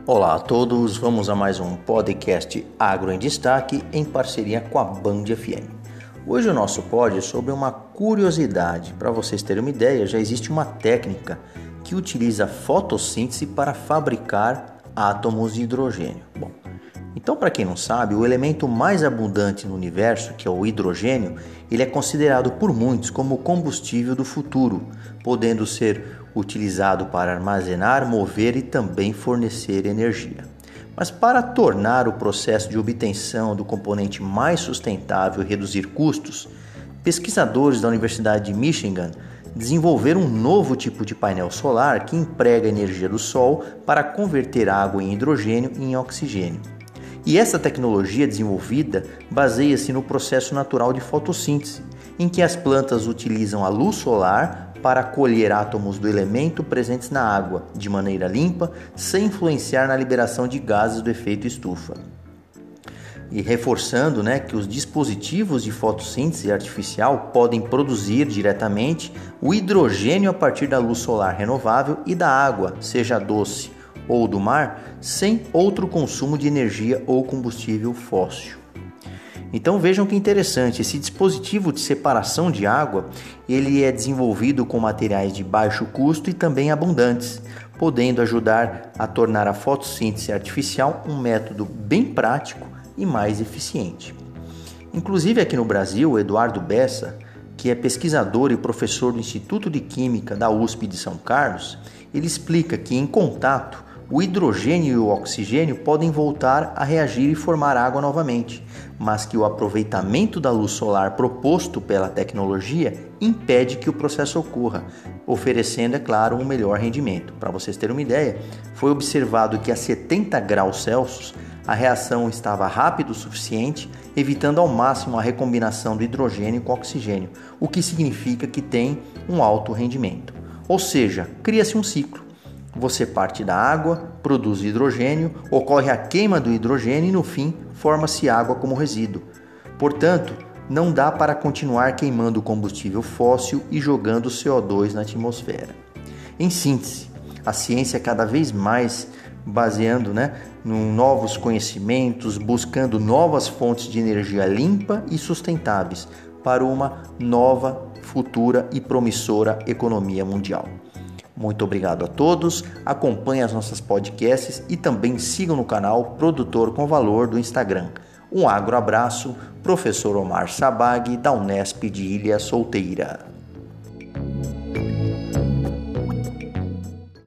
Olá a todos, vamos a mais um podcast Agro em Destaque em parceria com a Band FM. Hoje o nosso pod é sobre uma curiosidade. Para vocês terem uma ideia, já existe uma técnica que utiliza fotossíntese para fabricar átomos de hidrogênio. Então, para quem não sabe, o elemento mais abundante no universo, que é o hidrogênio, ele é considerado por muitos como o combustível do futuro, podendo ser utilizado para armazenar, mover e também fornecer energia. Mas para tornar o processo de obtenção do componente mais sustentável e reduzir custos, pesquisadores da Universidade de Michigan desenvolveram um novo tipo de painel solar que emprega a energia do sol para converter água em hidrogênio e em oxigênio. E essa tecnologia desenvolvida baseia-se no processo natural de fotossíntese, em que as plantas utilizam a luz solar para colher átomos do elemento presentes na água, de maneira limpa, sem influenciar na liberação de gases do efeito estufa. E reforçando que os dispositivos de fotossíntese artificial podem produzir diretamente o hidrogênio a partir da luz solar renovável e da água, seja doce ou do mar, sem outro consumo de energia ou combustível fóssil. Então vejam que interessante, esse dispositivo de separação de água, ele é desenvolvido com materiais de baixo custo e também abundantes, podendo ajudar a tornar a fotossíntese artificial um método bem prático e mais eficiente. Inclusive aqui no Brasil, o Eduardo Bessa, que é pesquisador e professor do Instituto de Química da USP de São Carlos, ele explica que em contato, o hidrogênio e o oxigênio podem voltar a reagir e formar água novamente, mas que o aproveitamento da luz solar proposto pela tecnologia impede que o processo ocorra, oferecendo, é claro, um melhor rendimento. Para vocês terem uma ideia, foi observado que a 70 graus Celsius a reação estava rápida o suficiente, evitando ao máximo a recombinação do hidrogênio com oxigênio, o que significa que tem um alto rendimento. Ou seja, cria-se um ciclo. Você parte da água, produz hidrogênio, ocorre a queima do hidrogênio e no fim forma-se água como resíduo. Portanto, não dá para continuar queimando combustível fóssil e jogando CO2 na atmosfera. Em síntese, a ciência cada vez mais baseando em novos conhecimentos, buscando novas fontes de energia limpa e sustentáveis para uma nova, futura e promissora economia mundial. Muito obrigado a todos, acompanhem as nossas podcasts e também sigam no canal Produtor com Valor do Instagram. Um abraço, professor Omar Sabag, da Unesp de Ilha Solteira.